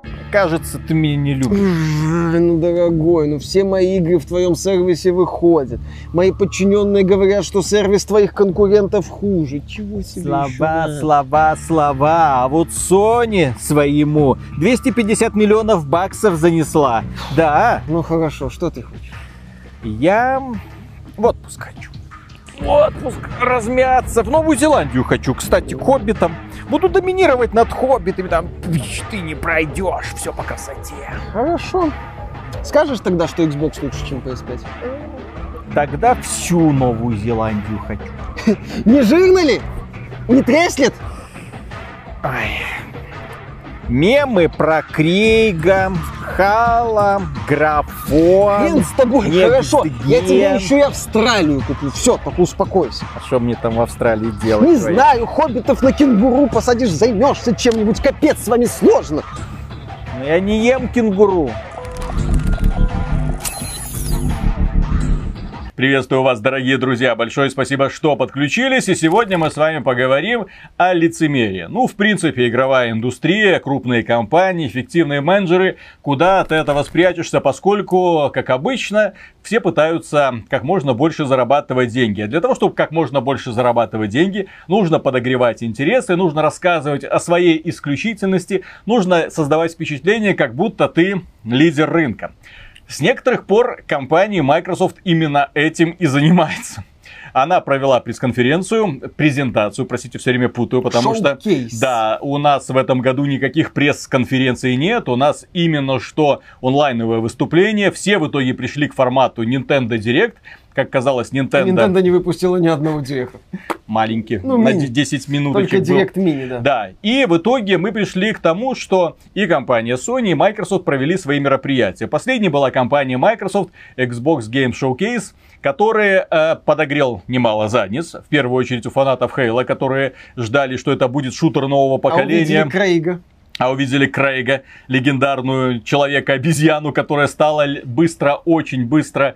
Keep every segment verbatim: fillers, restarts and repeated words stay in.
Кажется, ты меня не любишь. Ну, дорогой, ну все мои игры в твоем сервисе выходят. Мои подчиненные говорят, что сервис твоих конкурентов хуже. Чего себе Слова, еще? слова, слова. А вот Sony своему двести пятьдесят миллионов баксов занесла. Да. Ну хорошо, что ты хочешь? Я в отпуск хочу. В отпуск размяться. В Новую Зеландию хочу. Кстати, к хоббитам. Буду доминировать над хоббитами. Там ты не пройдешь. Все по красоте. Хорошо. Скажешь тогда, что Xbox лучше, чем пи эс пять? Тогда всю Новую Зеландию хочу. Не жирно ли? Не треснет? Ай. Мемы про Крейга, Хала, Графон. Хрен с тобой, Next хорошо. Gen. Я тебе еще и Австралию куплю. Все, только успокойся. А что мне там в Австралии делать? Не твои? знаю, хоббитов на кенгуру посадишь, займешься чем-нибудь. Капец, с вами сложно. Но я не ем кенгуру. Приветствую вас, дорогие друзья. Большое спасибо, что подключились. И сегодня мы с вами поговорим о лицемерии. Ну, в принципе, игровая индустрия, крупные компании, эффективные менеджеры. Куда ты это воспрячешься, поскольку, как обычно, все пытаются как можно больше зарабатывать деньги. А для того, чтобы как можно больше зарабатывать деньги, нужно подогревать интересы, нужно рассказывать о своей исключительности, нужно создавать впечатление, как будто ты лидер рынка. С некоторых пор компания Microsoft именно этим и занимается. Она провела пресс-конференцию, презентацию, простите, все время путаю, потому Шоу-кейс. что, да, у нас в этом году никаких пресс-конференций нет, у нас именно что онлайновое выступление, все в итоге пришли к формату Nintendo Direct, как казалось, Nintendo... Nintendo не выпустила ни одного директа. Маленький, ну, на мини. десять минут. Только Direct Mini, да. Да, и в итоге мы пришли к тому, что и компания Sony, и Microsoft провели свои мероприятия. Последней была компания Microsoft Xbox Game Showcase, который э, подогрел немало задниц. В первую очередь у фанатов Halo, которые ждали, что это будет шутер нового поколения. А увидели Крейга. А увидели Крейга, легендарную человека-обезьяну, которая стала быстро, очень быстро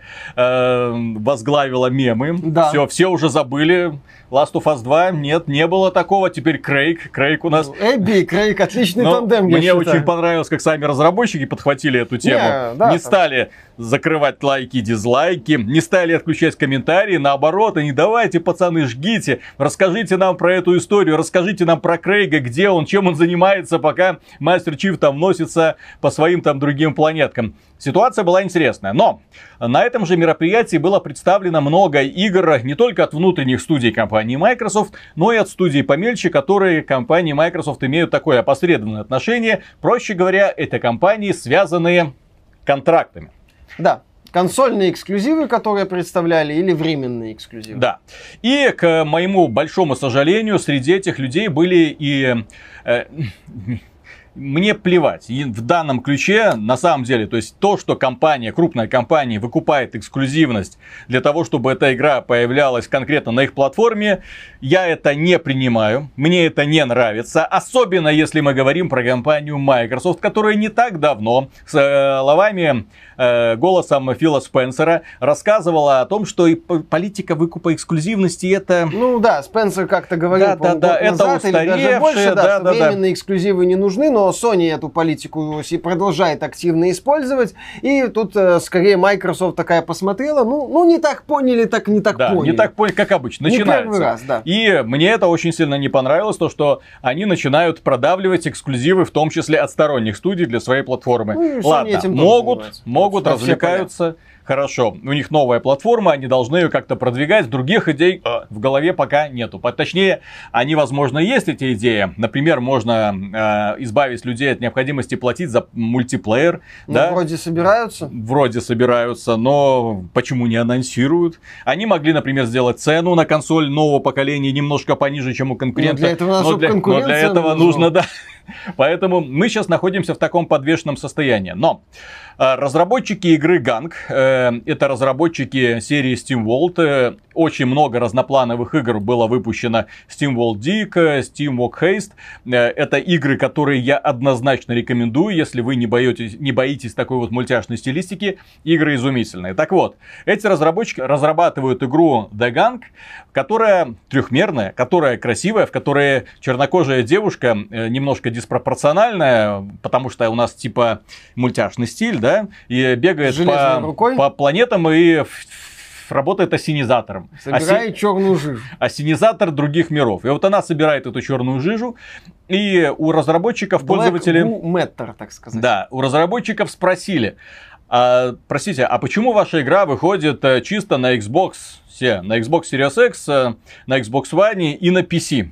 э, возглавила мемы. Да. Все, все уже забыли. Last of Us два, нет, не было такого. Теперь Крейг. Крейг у нас... Эбби и Крейг, отличный Но тандем, я Мне считаю. очень понравилось, как сами разработчики подхватили эту тему. Не, да, не там... стали закрывать лайки, дизлайки, не стали отключать комментарии. Наоборот, они давайте, пацаны, жгите, расскажите нам про эту историю, расскажите нам про Крейга, где он, чем он занимается, пока Мастер Чиф там носится по своим там другим планеткам. Ситуация была интересная, но на этом же мероприятии было представлено много игр не только от внутренних студий компании Microsoft, но и от студий помельче, которые к компании Microsoft имеют такое опосредованное отношение. Проще говоря, это компании, связанные контрактами. Да. Консольные эксклюзивы, которые представляли, или временные эксклюзивы. Да. И, к моему большому сожалению, среди этих людей были и... Э, Мне плевать. И в данном ключе, на самом деле, то есть то, что компания, крупная компания выкупает эксклюзивность для того, чтобы эта игра появлялась конкретно на их платформе, я это не принимаю. Мне это не нравится. Особенно если мы говорим про компанию Microsoft, которая не так давно с э, словами, э, голосом Фила Спенсера рассказывала о том, что и политика выкупа эксклюзивности это... Ну да, Спенсер как-то говорил, да, да, да, это назад, или даже больше, да, да, что да, временные да. эксклюзивы не нужны, но Sony эту политику продолжает активно использовать. И тут э, скорее Microsoft такая посмотрела, ну, ну не так поняли, так не так да, поняли. не так поняли, как обычно. Не Начинается. первый раз, да. И мне это очень сильно не понравилось, то что они начинают продавливать эксклюзивы, в том числе от сторонних студий для своей платформы. Ну, ладно, могут, могут, развлекаются. Хорошо, у них новая платформа, они должны ее как-то продвигать, других идей э, в голове пока нету. Точнее, они, возможно, есть эти идеи. Например, можно э, избавить людей от необходимости платить за мультиплеер. Ну, да? вроде собираются. Вроде собираются, но почему не анонсируют? Они могли, например, сделать цену на консоль нового поколения немножко пониже, чем у конкурента. Но для этого, надо, но для, но для этого нужно, да. Поэтому мы сейчас находимся в таком подвешенном состоянии. Но разработчики игры Gang, э, это разработчики серии SteamWorld, э, очень много разноплановых игр было выпущено. SteamWorld Dig, SteamWorld Haste, э, это игры, которые я однозначно рекомендую, если вы не боитесь, не боитесь такой вот мультяшной стилистики, игры изумительные. Так вот, эти разработчики разрабатывают игру The Gang, которая трехмерная, которая красивая, в которой чернокожая девушка, э, немножко диспропорциональная, потому что у нас типа мультяшный стиль, да, и бегает по, по планетам и работает ассенизатором. Собирает Оси... черную жижу. Ассенизатор других миров. И вот она собирает эту черную жижу, и у разработчиков, Black пользователи... Matter, так сказать. Да, у разработчиков спросили, а, простите, а почему ваша игра выходит чисто на Xbox, на Xbox Series X, на Xbox One и на пи си?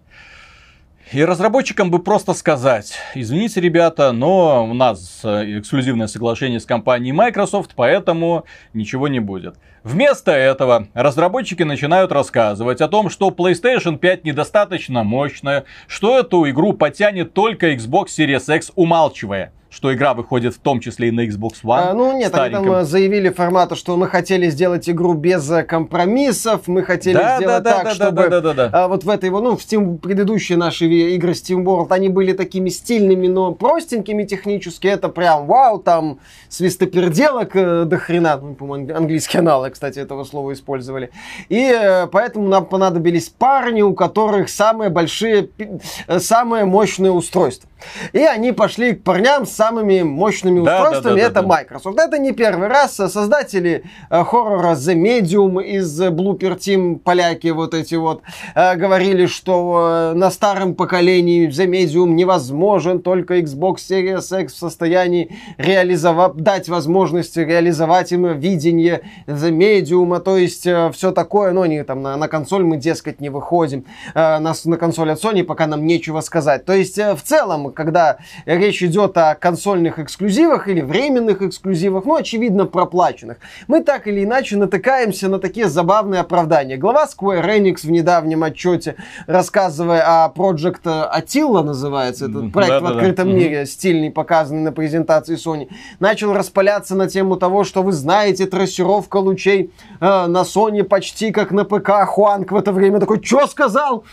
И разработчикам бы просто сказать: извините, ребята, но у нас эксклюзивное соглашение с компанией Microsoft, поэтому ничего не будет. Вместо этого разработчики начинают рассказывать о том, что PlayStation пять недостаточно мощная, что эту игру потянет только Xbox Series X, умалчивая, что игра выходит в том числе и на Xbox One. А, ну нет, стареньком. Они там заявили формата, что мы хотели сделать игру без компромиссов, мы хотели да, сделать да, так, да, чтобы да, да, да, да, да. А, вот в этой, ну, в Steam, предыдущие наши игры Steam World, они были такими стильными, но простенькими технически. Это прям вау, там свистоперделок э, до хрена. Ну, по-моему, английский аналог, кстати, этого слова использовали. И э, поэтому нам понадобились парни, у которых самые большие, э, самые мощные устройства. И они пошли к парням с самыми мощными да, устройствами, да, да, это да, Microsoft. Да. Это не первый раз. Создатели э, хоррора The Medium из Blooper Team, поляки вот эти вот, э, говорили, что э, на старом поколении The Medium невозможен, только Xbox Series X в состоянии реализовать, дать возможность реализовать им видение The Medium, то есть э, все такое, но они там на, на консоль мы, дескать, не выходим, э, на, на консоль от Sony пока нам нечего сказать. То есть э, в целом, когда речь идет о консольных эксклюзивах или временных эксклюзивах, ну, очевидно, проплаченных, мы так или иначе натыкаемся на такие забавные оправдания. Глава Square Enix в недавнем отчете, рассказывая о Project Attila, называется этот проект да, в открытом да, да. мире, mm-hmm. стильный, показанный на презентации Sony, начал распаляться на тему того, что вы знаете, трассировка лучей э, на Sony почти как на ПК. Хуанг в это время такой: чё сказал?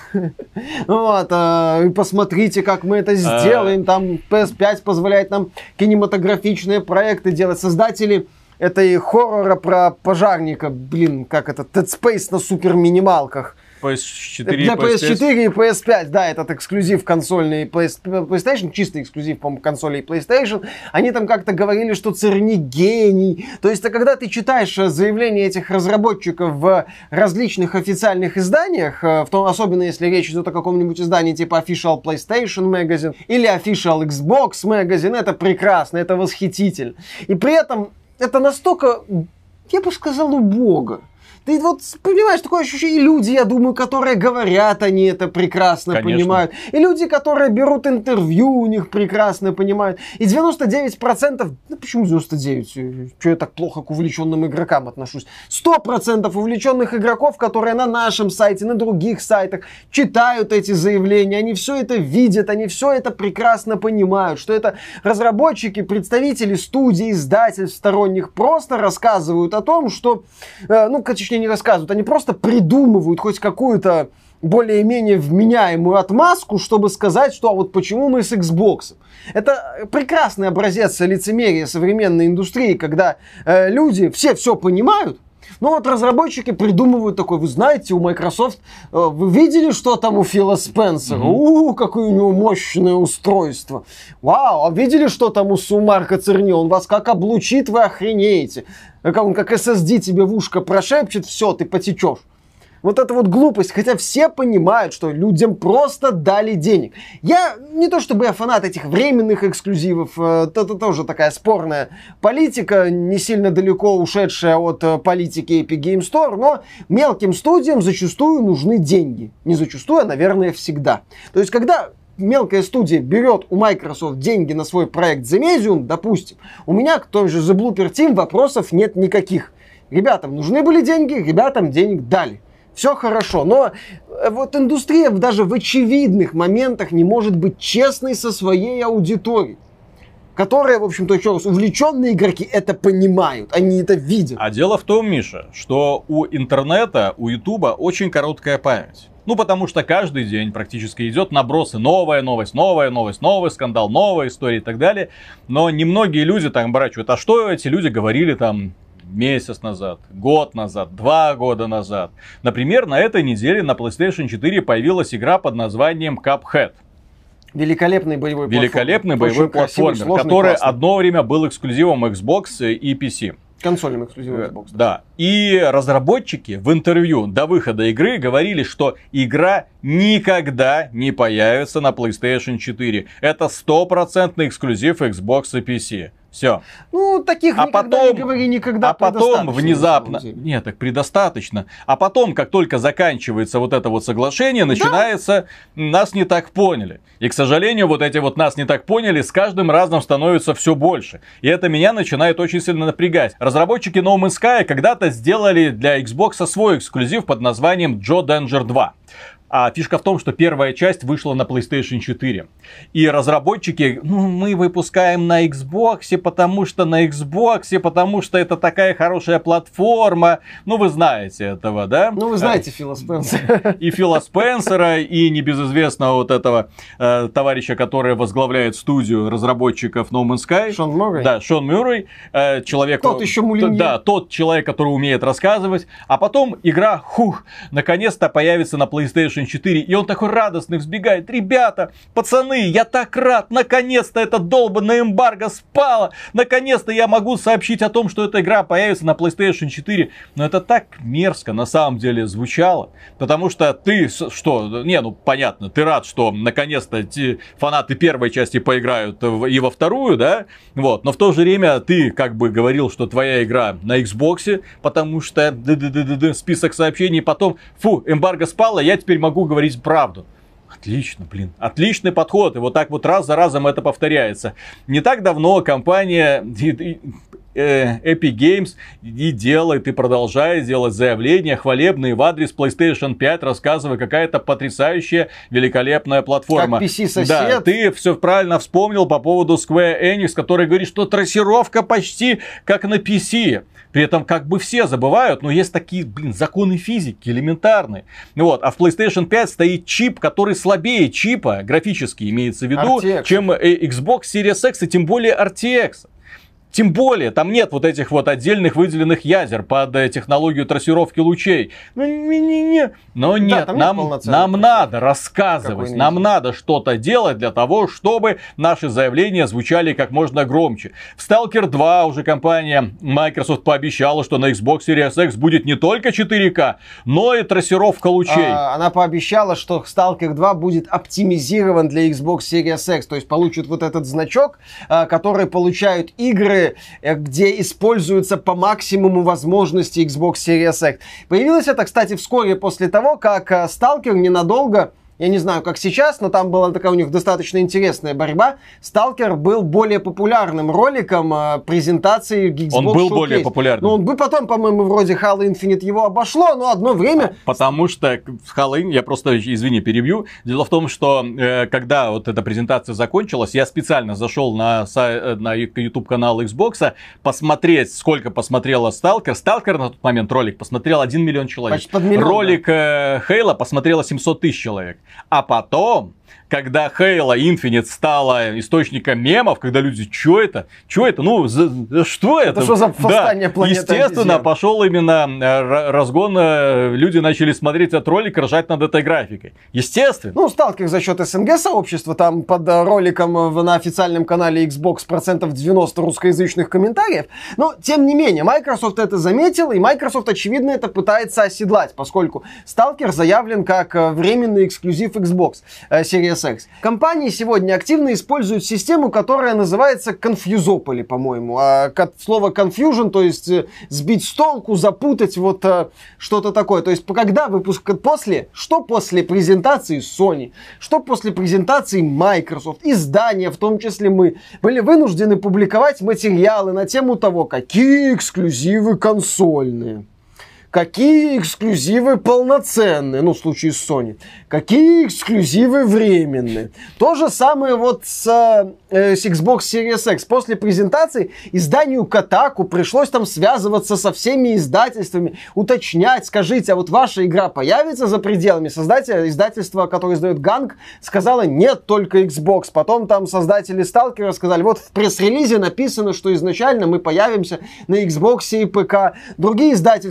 Вот, и посмотрите, как мы это сделаем. Там пи эс пять позволяет нам кинематографичные проекты делать. Создатели этой хоррора про пожарника, блин, как это, Dead Space на супер минималках. пи эс четыре Для пи эс четыре и пи эс пять, да, этот эксклюзив консольный PlayStation, чистый эксклюзив, по-моему, консолей PlayStation. Они там как-то говорили, что Церни гений. То есть, а когда ты читаешь заявления этих разработчиков в различных официальных изданиях, в том, особенно если речь идет о каком-нибудь издании типа Official PlayStation Magazine или Official Xbox Magazine, это прекрасно, это восхитительно. И при этом это настолько, я бы сказал, убого. Ты вот понимаешь, такое ощущение, и люди, я думаю, которые говорят, они это прекрасно Конечно. понимают. И люди, которые берут интервью, у них прекрасно понимают. И девяносто девять процентов, ну почему девяносто девять? Что я так плохо к увлеченным игрокам отношусь? сто процентов увлеченных игроков, которые на нашем сайте, на других сайтах читают эти заявления, они все это видят, они все это прекрасно понимают, что это разработчики, представители студий, издательств сторонних просто рассказывают о том, что, э, ну, точнее, не рассказывают, они просто придумывают хоть какую-то более-менее вменяемую отмазку, чтобы сказать, что а вот почему мы с Xbox. Это прекрасный образец лицемерия современной индустрии, когда э, люди все все понимают, но вот разработчики придумывают такой: вы знаете, у Microsoft, э, вы видели, что там у Фила Спенсера? Mm-hmm. У, какое у него мощное устройство. Вау, а видели, что там у Сумарка Церни? Он вас как облучит, вы охренеете. Он как эс эс ди тебе в ушко прошепчет, все, ты потечешь. Вот это вот глупость, хотя все понимают, что людям просто дали денег. Я не то чтобы я фанат этих временных эксклюзивов, это, это тоже такая спорная политика, не сильно далеко ушедшая от политики Epic Game Store, но мелким студиям зачастую нужны деньги. Не зачастую, а, наверное, всегда. То есть, когда мелкая студия берет у Microsoft деньги на свой проект The Medium, допустим, у меня к той же The Blooper Team вопросов нет никаких. Ребятам нужны были деньги, ребятам денег дали. Все хорошо, но вот индустрия даже в очевидных моментах не может быть честной со своей аудиторией, которые, в общем-то, еще раз, увлеченные игроки это понимают, они это видят. А дело в том, Миша, что у интернета, у Ютуба очень короткая память. Ну, потому что каждый день практически идет набросы. Новая новость, новая новость, новый скандал, новая история и так далее. Но немногие люди там оборачивают. А что эти люди говорили там месяц назад, год назад, два года назад? Например, на этой неделе на PlayStation четыре появилась игра под названием Cuphead. Великолепный боевой Великолепный платформер. боевой красивый, платформер, сложный, который классный. одно время был эксклюзивом Xbox и пи си. Консольным эксклюзивом Xbox. Да. И разработчики в интервью до выхода игры говорили, что игра никогда не появится на PlayStation четыре. Это стопроцентный эксклюзив Xbox и пи си. Все. Ну, таких а никогда потом, не говори, никогда а потом предостаточно, внезапно... Нет, так предостаточно. А потом, как только заканчивается вот это вот соглашение, начинается да. «нас не так поняли». И, к сожалению, вот эти вот «нас не так поняли» с каждым разом становится все больше. И это меня начинает очень сильно напрягать. Разработчики No Man's Sky когда-то сделали для Xbox свой эксклюзив под названием Джо Денджер два. А фишка в том, что первая часть вышла на PlayStation четыре. И разработчики, ну, мы выпускаем на Xbox, потому что на Xbox, потому что это такая хорошая платформа. Ну, вы знаете этого, да? Ну, вы знаете Фила Спенсера. И Фила Спенсера, и небезызвестного вот этого э, товарища, который возглавляет студию разработчиков No Man's Sky. Шон Мюррей. Да, Шон Мюррей. Э, человек... Тот еще мулинье. Да, тот человек, который умеет рассказывать. А потом игра, хух, наконец-то появится на PlayStation четыре, и он такой радостный взбегает: ребята, пацаны, я так рад, наконец-то эта долбаная эмбарго спала, наконец-то я могу сообщить о том, что эта игра появится на PlayStation четыре. Но это так мерзко на самом деле звучало, потому что ты, что, не, ну понятно, ты рад, что наконец-то те фанаты первой части поиграют и во вторую, да, вот, но в то же время ты как бы говорил, что твоя игра на Xbox, потому что список сообщений, потом, фу, эмбарго спала, я теперь могу говорить правду. Отлично, блин. Отличный подход. И вот так вот раз за разом это повторяется. Не так давно компания Epic Games и делает, и продолжает делать заявления хвалебные в адрес PlayStation пять, рассказывая, какая это потрясающая, великолепная платформа. Как пи си-сосед. Да, ты все правильно вспомнил по поводу Square Enix, который говорит, что трассировка почти как на пи си. При этом как бы все забывают, но есть такие, блин, законы физики элементарные. Вот. А в PlayStation пять стоит чип, который слабее чипа, графически имеется в виду, ар ти экс. Чем Xbox Series X и тем более ар ти экс. Тем более, там нет вот этих вот отдельных выделенных ядер под технологию трассировки лучей. Ну, не-не-не. Но нет, да, нам, нет нам надо рассказывать, нам надо что-то делать для того, чтобы наши заявления звучали как можно громче. В Сталкер два уже компания Microsoft пообещала, что на Xbox Series X будет не только четыре ка, но и трассировка лучей. А, она пообещала, что Сталкер два будет оптимизирован для Xbox Series X, то есть получит вот этот значок, который получают игры, где используются по максимуму возможности Xbox Series X. Появилось это, кстати, вскоре после того, как Stalker ненадолго, я не знаю, как сейчас, но там была такая у них достаточно интересная борьба. Stalker был более популярным роликом э, презентации Xbox Он был Showcase. более популярным. Но он бы потом, по-моему, вроде Halo Infinite его обошло, но одно время... Потому что Halo, я просто, извини, перебью. Дело в том, что э, когда вот эта презентация закончилась, я специально зашел на, на YouTube-канал Xbox посмотреть, сколько посмотрела Stalker. Stalker на тот момент ролик посмотрел один миллион человек. Почти под миллион, ролик да. э, Halo посмотрело семьсот тысяч человек. А потом, когда Halo Infinite стала источником мемов, когда люди, что это? Что это? Ну, за, за, что это? Это что за восстание да, планеты естественно, обезьян? Пошел именно разгон, люди начали смотреть этот ролик, ржать над этой графикой. Естественно. Ну, Сталкер за счет СНГ-сообщества, там под роликом на официальном канале Xbox процентов девяносто русскоязычных комментариев. Но, тем не менее, Microsoft это заметил, и Microsoft, очевидно, это пытается оседлать, поскольку Сталкер заявлен как временный эксклюзив Xbox Series X. Компании сегодня активно используют систему, которая называется Confusopoly, по-моему. А слово confusion, то есть сбить с толку, запутать, вот что-то такое. То есть, когда выпуск после, что после презентации Sony, что после презентации Microsoft, издания, в том числе мы, были вынуждены публиковать материалы на тему того, какие эксклюзивы консольные. Какие эксклюзивы полноценные, ну, в случае с Sony. Какие эксклюзивы временные. То же самое вот с, э, с Xbox Series X. После презентации изданию Kotaku пришлось там связываться со всеми издательствами, уточнять, скажите, а вот ваша игра появится за пределами? Создатель, издательство, которое издает Ганг, сказала, нет, только Xbox. Потом там создатели Сталкера сказали, вот в пресс-релизе написано, что изначально мы появимся на Xbox и ПК. Другие издательства сказали,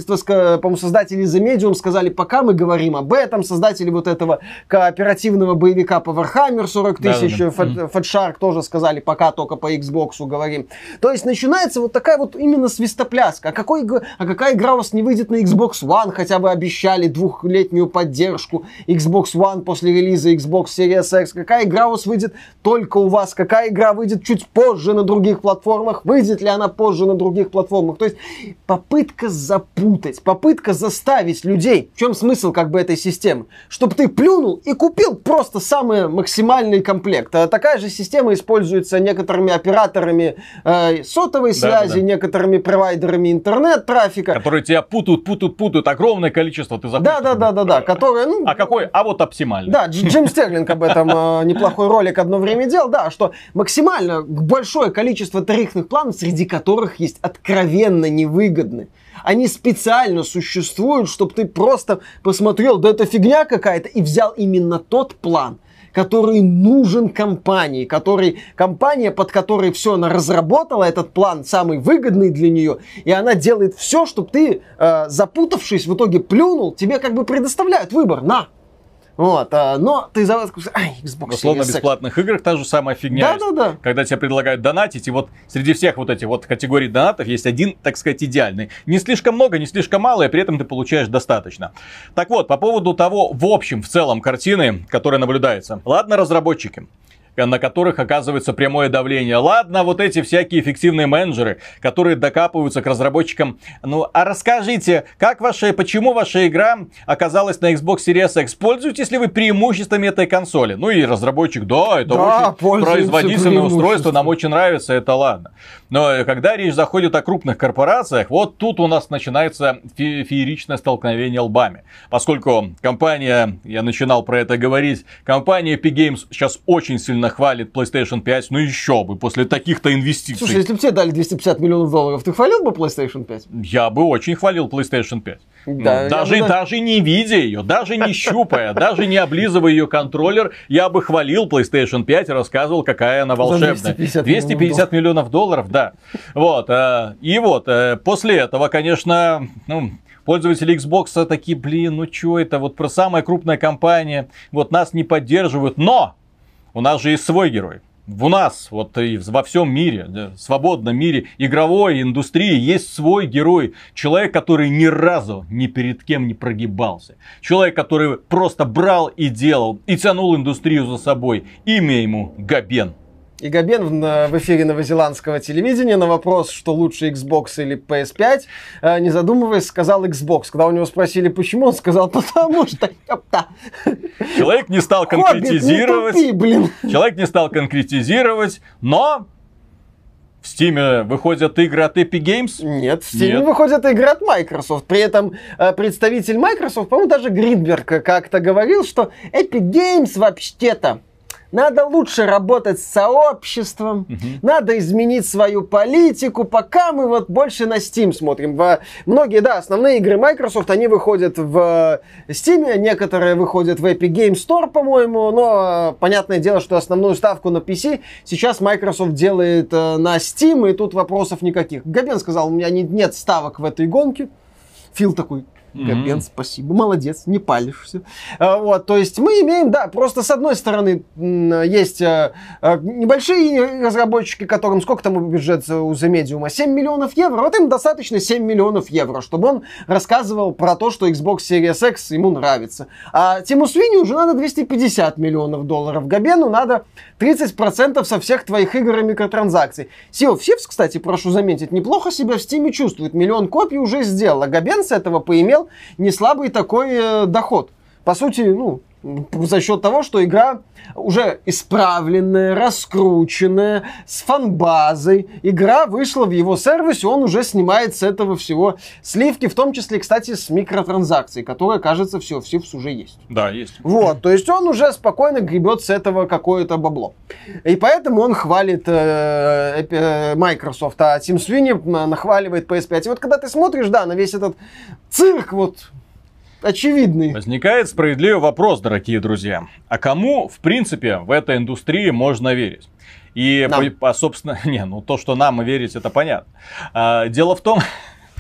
по-моему, создатели The Medium сказали, пока мы говорим об этом, создатели вот этого кооперативного боевика по Warhammer сорок тысяч, да, да, да. Fat Shark тоже сказали, пока только по Xbox говорим. То есть начинается вот такая вот именно свистопляска. А, какой, а какая игра у вас не выйдет на Xbox One? Хотя бы обещали двухлетнюю поддержку Xbox One после релиза Xbox Series X. Какая игра у вас выйдет только у вас? Какая игра выйдет чуть позже на других платформах? Выйдет ли она позже на других платформах? То есть попытка запутать, попытка заставить людей. В чем смысл как бы этой системы? Чтобы ты плюнул и купил просто самый максимальный комплект. А такая же система используется некоторыми операторами э, сотовой связи, да, да, да. некоторыми провайдерами интернет-трафика. Которые тебя путают, путают, путают. Огромное количество ты заходишь. Да, да, да, да, да. Которые, ну, а какой? А вот оптимальный. Да, Джим Стерлинг об этом э, неплохой ролик одно время делал. Да, что максимально большое количество тарифных планов, среди которых есть откровенно невыгодны. Они специально существуют, чтобы ты просто посмотрел, да это фигня какая-то, и взял именно тот план, который нужен компании, который, компания, под которой все она разработала, этот план самый выгодный для нее, и она делает все, чтобы ты, э, запутавшись, в итоге плюнул, тебе как бы предоставляют выбор, на. Вот, а, но ты за... Ай, Xbox в условно-бесплатных играх та же самая фигня. Да, да, да. Когда тебе предлагают донатить, и вот среди всех вот этих вот категорий донатов есть один, так сказать, идеальный. Не слишком много, не слишком мало, и при этом ты получаешь достаточно. Так вот, по поводу того, в общем, в целом картины, которая наблюдается. Ладно, разработчики, на которых оказывается прямое давление. Ладно, вот эти всякие эффективные менеджеры, которые докапываются к разработчикам. Ну, а расскажите, как ваша, почему ваша игра оказалась на Xbox Series X? Пользуетесь ли вы преимуществами этой консоли? Ну и разработчик, да, это да, очень производительное устройство, нам очень нравится, это ладно. Но когда речь заходит о крупных корпорациях, вот тут у нас начинается фе- фееричное столкновение лбами. Поскольку компания, я начинал про это говорить, компания Epic Games сейчас очень сильно хвалит PlayStation пять, ну еще бы, после таких-то инвестиций. Слушай, если бы тебе дали двести пятьдесят миллионов долларов, ты хвалил бы PlayStation пять? Я бы очень хвалил PlayStation пять. Да, ну, даже, бы... даже не видя ее, даже не щупая, даже не облизывая ее контроллер, я бы хвалил PlayStation пять и рассказывал, какая она волшебная. двести пятьдесят миллионов долларов, да. Вот, и вот, после этого, конечно, ну... пользователи Xbox такие, блин, ну что это, вот про самая крупная компания, вот нас не поддерживают, но у нас же есть свой герой. У нас, вот и во всем мире, да, в свободном мире игровой индустрии есть свой герой. Человек, который ни разу ни перед кем не прогибался. Человек, который просто брал и делал, и тянул индустрию за собой. Имя ему Габен. И Габен в, в эфире новозеландского телевидения на вопрос, что лучше Xbox или пи эс пять, не задумываясь, сказал Xbox. Когда у него спросили, почему, он сказал, потому что... Человек не стал конкретизировать. Хоббит, не тупи, блин. Человек не стал конкретизировать, но... В Steam выходят игры от Epic Games? Нет, в Steam выходят игры от Microsoft. При этом представитель Microsoft, по-моему, даже Гринберг как-то говорил, что Epic Games вообще-то надо лучше работать с сообществом, uh-huh. надо изменить свою политику, пока мы вот больше на Steam смотрим. В, многие, да, основные игры Microsoft, они выходят в Steam, некоторые выходят в Epic Games Store, по-моему, но понятное дело, что основную ставку на пи си сейчас Microsoft делает на Steam, и тут вопросов никаких. Габен сказал, у меня не, нет ставок в этой гонке. Фил такой... Габен, mm-hmm. спасибо, молодец, не палишься. А, вот, то есть мы имеем, да, просто с одной стороны есть а, а, небольшие разработчики, которым сколько там бюджет у The Medium? семь миллионов евро. Вот им достаточно семь миллионов евро, чтобы он рассказывал про то, что Xbox Series X ему нравится. А Тиму Свини уже надо двести пятьдесят миллионов долларов. Габену надо тридцать процентов со всех твоих игр и микротранзакций. Sea of Thieves, кстати, прошу заметить, неплохо себя в Steam чувствует. Миллион копий уже сделал. А Габен с этого поимел не слабый такой э, доход. По сути, ну, за счет того, что игра уже исправленная, раскрученная, с фан-базой. Игра вышла в его сервисе, он уже снимает с этого всего сливки, в том числе, кстати, с микротранзакцией, которая, кажется, все, в Thieves уже есть. Да, есть. Вот, то есть он уже спокойно гребет с этого какое-то бабло. И поэтому он хвалит э, э, Microsoft, а Тим Свини нахваливает пи эс пять. И вот когда ты смотришь, да, на весь этот цирк, вот... очевидный. Возникает справедливый вопрос, дорогие друзья. А кому, в принципе, в этой индустрии можно верить? И, по, по, собственно, не, ну то, что нам верить, это понятно. А, дело в том,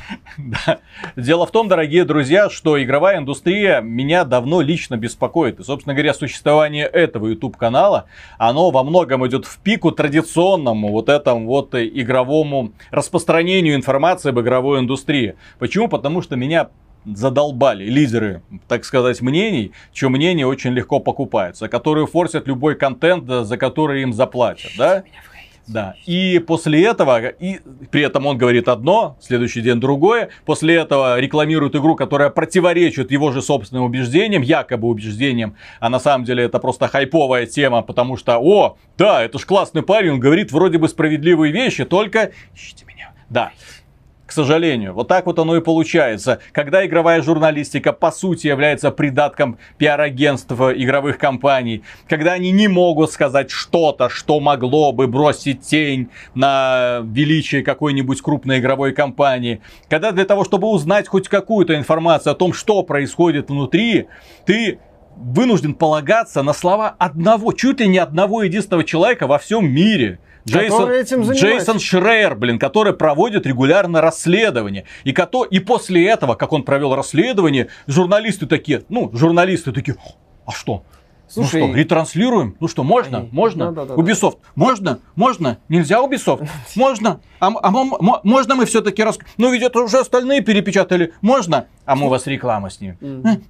Да. Дело в том, дорогие друзья, что игровая индустрия меня давно лично беспокоит. И, собственно говоря, существование этого YouTube-канала, оно во многом идет в пику традиционному вот этому вот игровому распространению информации об игровой индустрии. Почему? Потому что меня задолбали лидеры, так сказать, мнений, чье мнение очень легко покупается, которые форсят любой контент, за который им заплатят, да? Да. И после этого, и при этом он говорит одно, следующий день другое. После этого рекламирует игру, которая противоречит его же собственным убеждениям, якобы убеждениям. А на самом деле это просто хайповая тема, потому что, о, да, это ж классный парень, он говорит вроде бы справедливые вещи, только ищите меня. Да. К сожалению, вот так вот оно и получается. Когда игровая журналистика по сути является придатком пиар-агентств игровых компаний, когда они не могут сказать что-то, что могло бы бросить тень на величие какой-нибудь крупной игровой компании, когда для того, чтобы узнать хоть какую-то информацию о том, что происходит внутри, ты вынужден полагаться на слова одного, чуть ли не одного единственного человека во всем мире. Джейсон, Джейсон Шрейер, блин, который проводит регулярно расследование. И, кото, и после этого, как он провел расследование, журналисты такие, ну, журналисты такие, а что? Слушай, ну что, ретранслируем? Ну что, можно? Ай, можно? Да, да, да, Ubisoft? Да. Можно? Можно? Нельзя Ubisoft? Можно? А, а, а можно мы все-таки рас... Ну ведь это уже остальные перепечатали. Можно? А мы у вас реклама с ним.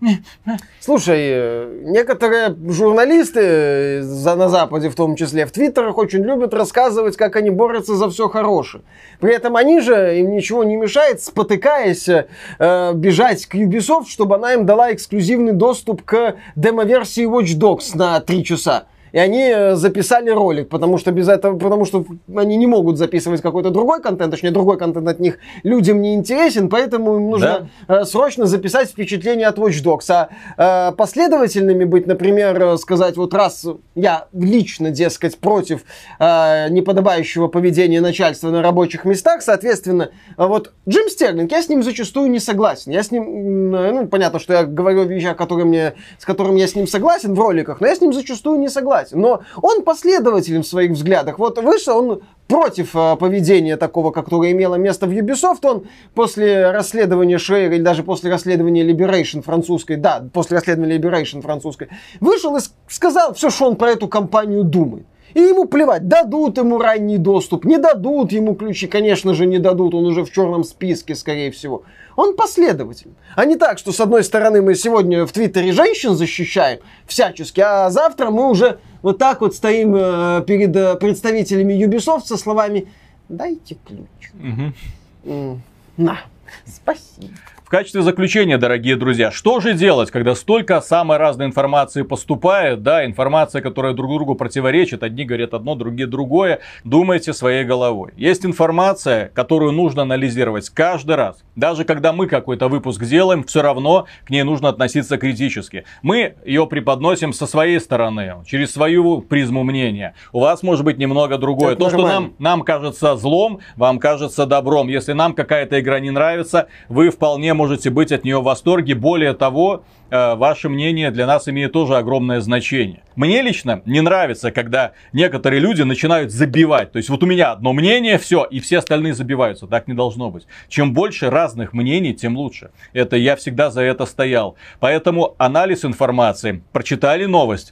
Слушай, некоторые журналисты на Западе, в том числе в Твиттерах, очень любят рассказывать, как они борются за все хорошее. При этом они же, им ничего не мешает, спотыкаясь, э, бежать к Ubisoft, чтобы она им дала эксклюзивный доступ к демо-версии Watch Dogs на три часа. И они записали ролик, потому что без этого, потому что они не могут записывать какой-то другой контент, точнее, другой контент от них людям не интересен, поэтому им нужно да? срочно записать впечатление от Watch Dogs. А э, последовательными быть, например, сказать, вот раз я лично, дескать, против э, неподобающего поведения начальства на рабочих местах, соответственно, вот Джим Стерлинг, я с ним зачастую не согласен. Я с ним, ну, понятно, что я говорю о вещах, которые мне, с которыми я с ним согласен в роликах, но я с ним зачастую не согласен. Но он последователен в своих взглядах. Вот вышел он против э, поведения такого, которое имело место в Ubisoft. Он после расследования Шрейера, или даже после расследования Liberation французской, да, после расследования Liberation французской, вышел и сказал все, что он про эту компанию думает. И ему плевать, дадут ему ранний доступ, не дадут ему ключи, конечно же не дадут, он уже в черном списке, скорее всего. Он последователь. А не так, что с одной стороны мы сегодня в Твиттере женщин защищаем всячески, а завтра мы уже вот так вот стоим э, перед э, представителями Ubisoft со словами «дайте ключ». Угу. Mm. На, спасибо. В качестве заключения, дорогие друзья, что же делать, когда столько самой разной информации поступает, да, информация, которая друг другу противоречит, одни говорят одно, другие другое, думайте своей головой. Есть информация, которую нужно анализировать каждый раз. Даже когда мы какой-то выпуск делаем, все равно к ней нужно относиться критически. Мы ее преподносим со своей стороны, через свою призму мнения. У вас может быть немного другое. Это То, нормально. Что нам, нам кажется злом, вам кажется добром. Если нам какая-то игра не нравится, вы вполне можете быть от нее в восторге. Более того, ваше мнение для нас имеет тоже огромное значение. Мне лично не нравится, когда некоторые люди начинают забивать. То есть вот у меня одно мнение, все, и все остальные забиваются. Так не должно быть. Чем больше разных мнений, тем лучше. Это я всегда за это стоял. Поэтому анализ информации. Прочитали новость.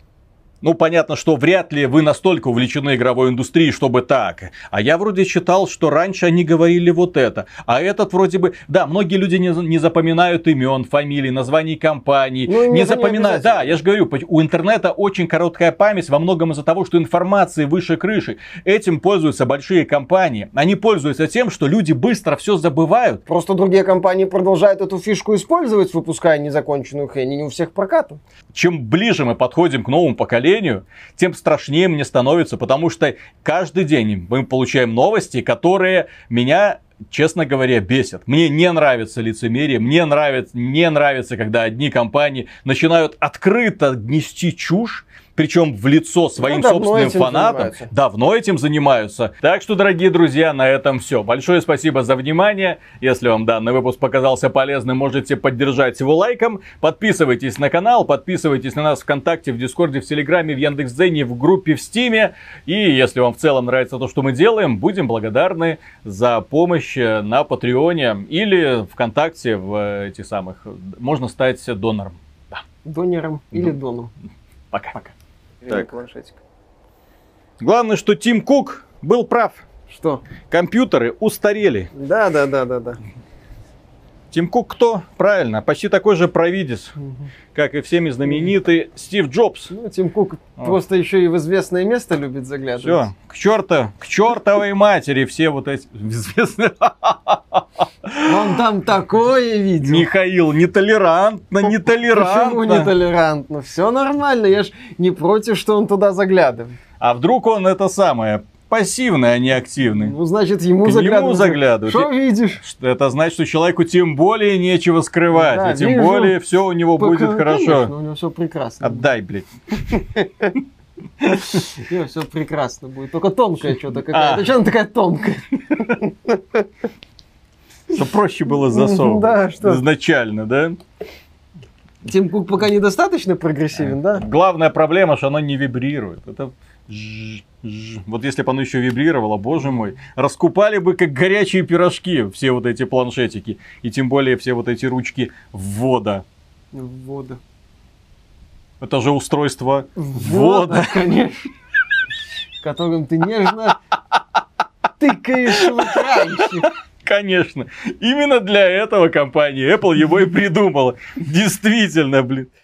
Ну, понятно, что вряд ли вы настолько увлечены игровой индустрией, чтобы так. А я вроде читал, что раньше они говорили вот это. А этот вроде бы... Да, многие люди не, не запоминают имен, фамилий, названий компаний. Ну, не запоминают. Да, я же говорю, у интернета очень короткая память во многом из-за того, что информации выше крыши. Этим пользуются большие компании. Они пользуются тем, что люди быстро все забывают. Просто другие компании продолжают эту фишку использовать, выпуская незаконченную хрень. И не у всех прокатом. Чем ближе мы подходим к новому поколению, тем страшнее мне становится, потому что каждый день мы получаем новости, которые меня, честно говоря, бесят. Мне не нравится лицемерие, мне нравится, не нравится, когда одни компании начинают открыто нести чушь, причем в лицо своим ну, собственным этим фанатам. занимаются. Давно этим занимаются. Так что, дорогие друзья, на этом все. Большое спасибо за внимание. Если вам данный выпуск показался полезным, можете поддержать его лайком. Подписывайтесь на канал, подписывайтесь на нас ВКонтакте, в Дискорде, в Телеграме, в Яндекс.Дзене, в группе в Стиме. И если вам в целом нравится то, что мы делаем, будем благодарны за помощь на Патреоне или ВКонтакте в этих самых. Можно стать донором. Да. Донером или доном. Пока. Пока. Так. Главное, что Тим Кук был прав. Что? Компьютеры устарели. Да, да, да, да, да. Тим Кук кто? Правильно, почти такой же провидец, угу. как и всеми знаменитый Стив Джобс. Ну, Тим Кук О. просто еще и в известное место любит заглядывать. Все, к черту, к чертовой матери все вот эти известные. Он там такое видел. Михаил, нетолерантно, нетолерантно. Почему нетолерантно? Все нормально, я ж не против, что он туда заглядывает. А вдруг он это самое... Пассивный, а не активный. Ну, значит, ему К заглядывают. Ему заглядывают. Что видишь? Это значит, что человеку тем более нечего скрывать. Да, а тем вижу. более все у него Пока, будет хорошо. Конечно, у него все прекрасно. Отдай, блядь. Все прекрасно будет. Только тонкая что-то какая-то. Что она такая тонкая? Что проще было засовывать изначально, да? Тим Кук пока недостаточно прогрессивен, да? Главная проблема, что оно не вибрирует. Это... Ж, ж. Вот если бы оно еще вибрировало, боже мой, раскупали бы как горячие пирожки все вот эти планшетики. И тем более все вот эти ручки ввода. Ввода. Это же устройство ввода, ввода. Конечно. Которым ты нежно тыкаешь в экранчик. Конечно. Именно для этого компания Apple его и придумала. Действительно, блин.